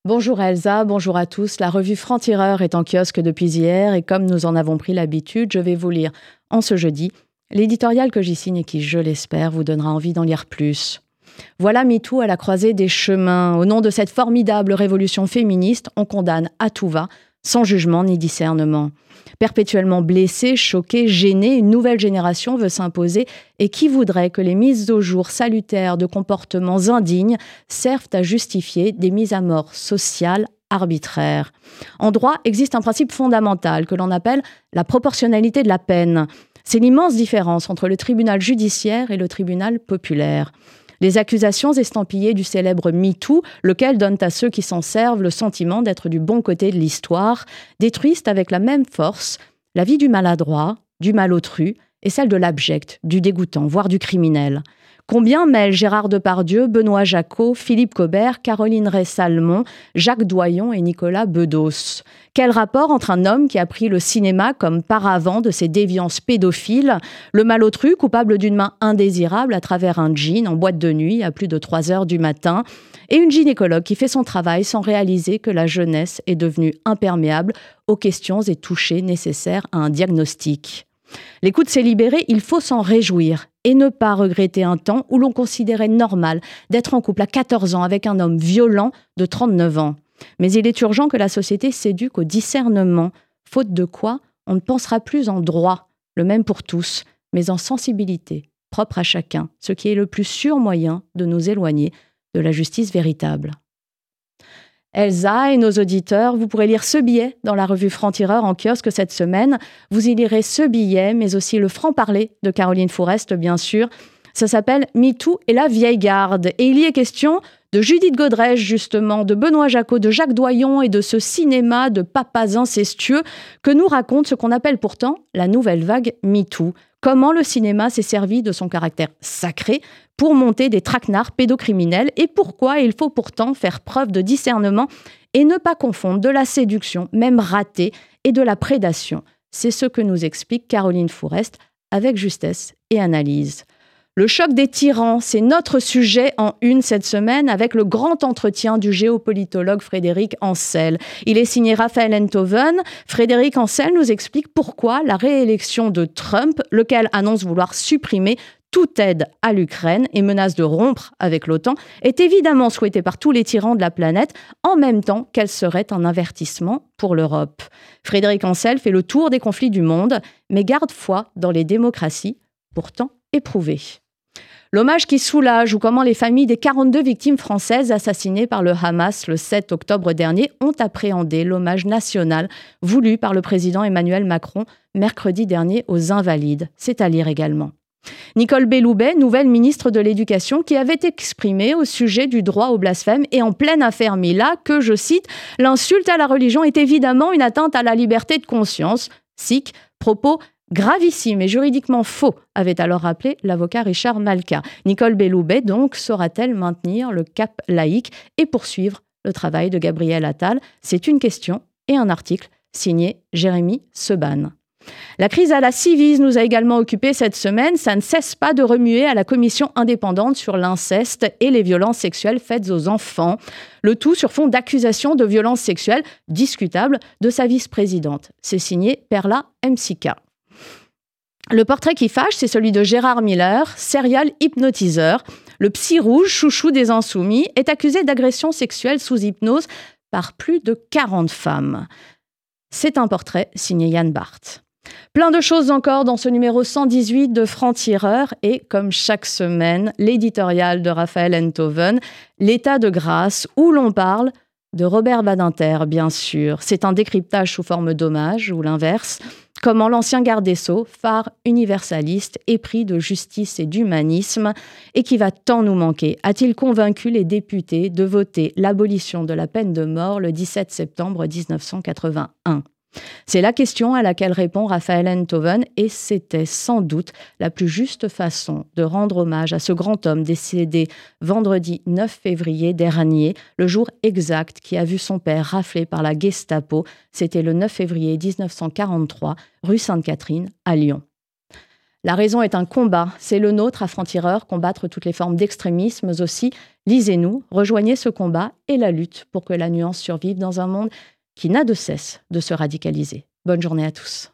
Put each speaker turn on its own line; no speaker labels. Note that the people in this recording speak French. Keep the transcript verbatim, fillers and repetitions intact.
Bonjour Elsa, bonjour à tous. La revue Franc-Tireur est en kiosque depuis hier et comme nous en avons pris l'habitude, je vais vous lire en ce jeudi l'éditorial que j'y signe et qui, je l'espère, vous donnera envie d'en lire plus. Voilà MeToo à la croisée des chemins. Au nom de cette formidable révolution féministe, on condamne à tout va, sans jugement ni discernement. Perpétuellement blessée, choquée, gênée, une nouvelle génération veut s'imposer et qui voudrait que les mises au jour salutaires de comportements indignes servent à justifier des mises à mort sociales arbitraires. En droit, existe un principe fondamental que l'on appelle la proportionnalité de la peine. C'est l'immense différence entre le tribunal judiciaire et le tribunal populaire. Les accusations estampillées du célèbre MeToo, lequel donne à ceux qui s'en servent le sentiment d'être du bon côté de l'histoire, détruisent avec la même force la vie du maladroit, du malotru et celle de l'abject, du dégoûtant, voire du criminel. Combien mêlent Gérard Depardieu, Benoît Jacquot, Philippe Cobert, Caroline Rey-Salmon, Jacques Doyon et Nicolas Bedos? Quel rapport entre un homme qui a pris le cinéma comme paravent de ses déviances pédophiles, le malotru coupable d'une main indésirable à travers un jean en boîte de nuit à plus de trois heures du matin, et une gynécologue qui fait son travail sans réaliser que la jeunesse est devenue imperméable aux questions et touchés nécessaires à un diagnostic? L'écoute s'est libérée, il faut s'en réjouir et ne pas regretter un temps où l'on considérait normal d'être en couple à quatorze ans avec un homme violent de trente-neuf ans. Mais il est urgent que la société s'éduque au discernement, faute de quoi on ne pensera plus en droit, le même pour tous, mais en sensibilité, propre à chacun, ce qui est le plus sûr moyen de nous éloigner de la justice véritable. Elsa et nos auditeurs, vous pourrez lire ce billet dans la revue Franc-Tireur en kiosque cette semaine. Vous y lirez ce billet, mais aussi le franc-parler de Caroline Fourest, bien sûr. Ça s'appelle « MeToo et la vieille garde ». Et il y est question de Judith Godrèche, justement, de Benoît Jacquot, de Jacques Doyon et de ce cinéma de papas incestueux que nous raconte ce qu'on appelle pourtant la nouvelle vague MeToo. Comment le cinéma s'est servi de son caractère sacré pour monter des traquenards pédocriminels et pourquoi il faut pourtant faire preuve de discernement et ne pas confondre de la séduction, même ratée, et de la prédation. C'est ce que nous explique Caroline Fourest avec justesse et analyse. Le choc des tyrans, c'est notre sujet en une cette semaine avec le grand entretien du géopolitologue Frédéric Ancel. Il est signé Raphaël Enthoven. Frédéric Ancel nous explique pourquoi la réélection de Trump, lequel annonce vouloir supprimer toute aide à l'Ukraine et menace de rompre avec l'OTAN, est évidemment souhaitée par tous les tyrans de la planète, en même temps qu'elle serait un avertissement pour l'Europe. Frédéric Ancel fait le tour des conflits du monde, mais garde foi dans les démocraties, pourtant éprouvées. L'hommage qui soulage ou comment les familles des quarante-deux victimes françaises assassinées par le Hamas le sept octobre dernier ont appréhendé l'hommage national voulu par le président Emmanuel Macron mercredi dernier aux Invalides. C'est à lire également. Nicole Belloubet, nouvelle ministre de l'Éducation, qui avait exprimé au sujet du droit au blasphème et en pleine affaire Mila que, je cite, « l'insulte à la religion est évidemment une atteinte à la liberté de conscience ». Sic, propos gravissime et juridiquement faux, avait alors rappelé l'avocat Richard Malka. Nicole Belloubet, donc, saura-t-elle maintenir le cap laïque et poursuivre le travail de Gabriel Attal? C'est une question et un article signé Jérémy Seban. La crise à la Ciivise nous a également occupés cette semaine. Ça ne cesse pas de remuer à la commission indépendante sur l'inceste et les violences sexuelles faites aux enfants. Le tout sur fond d'accusations de violences sexuelles discutables de sa vice-présidente. C'est signé Perla Msika. Le portrait qui fâche, c'est celui de Gérard Miller, serial hypnotiseur. Le psy rouge, chouchou des insoumis, est accusé d'agression sexuelle sous hypnose par plus de quarante femmes. C'est un portrait signé Yann Barth. Plein de choses encore dans ce numéro cent dix-huit de Franc-Tireur et, comme chaque semaine, l'éditorial de Raphaël Enthoven, L'état de grâce, où l'on parle de Robert Badinter, bien sûr. C'est un décryptage sous forme d'hommage, ou l'inverse. Comment l'ancien garde des Sceaux, phare universaliste, épris de justice et d'humanisme, et qui va tant nous manquer, a-t-il convaincu les députés de voter l'abolition de la peine de mort le dix-sept septembre dix-neuf cent quatre-vingt-un? C'est la question à laquelle répond Raphaël Enthoven et c'était sans doute la plus juste façon de rendre hommage à ce grand homme décédé vendredi neuf février dernier, le jour exact qui a vu son père raflé par la Gestapo. C'était le neuf février dix-neuf cent quarante-trois, rue Sainte-Catherine à Lyon. La raison est un combat, c'est le nôtre à Franc-Tireur, combattre toutes les formes d'extrémisme, mais aussi, lisez-nous, rejoignez ce combat et la lutte pour que la nuance survive dans un monde qui n'a de cesse de se radicaliser. Bonne journée à tous.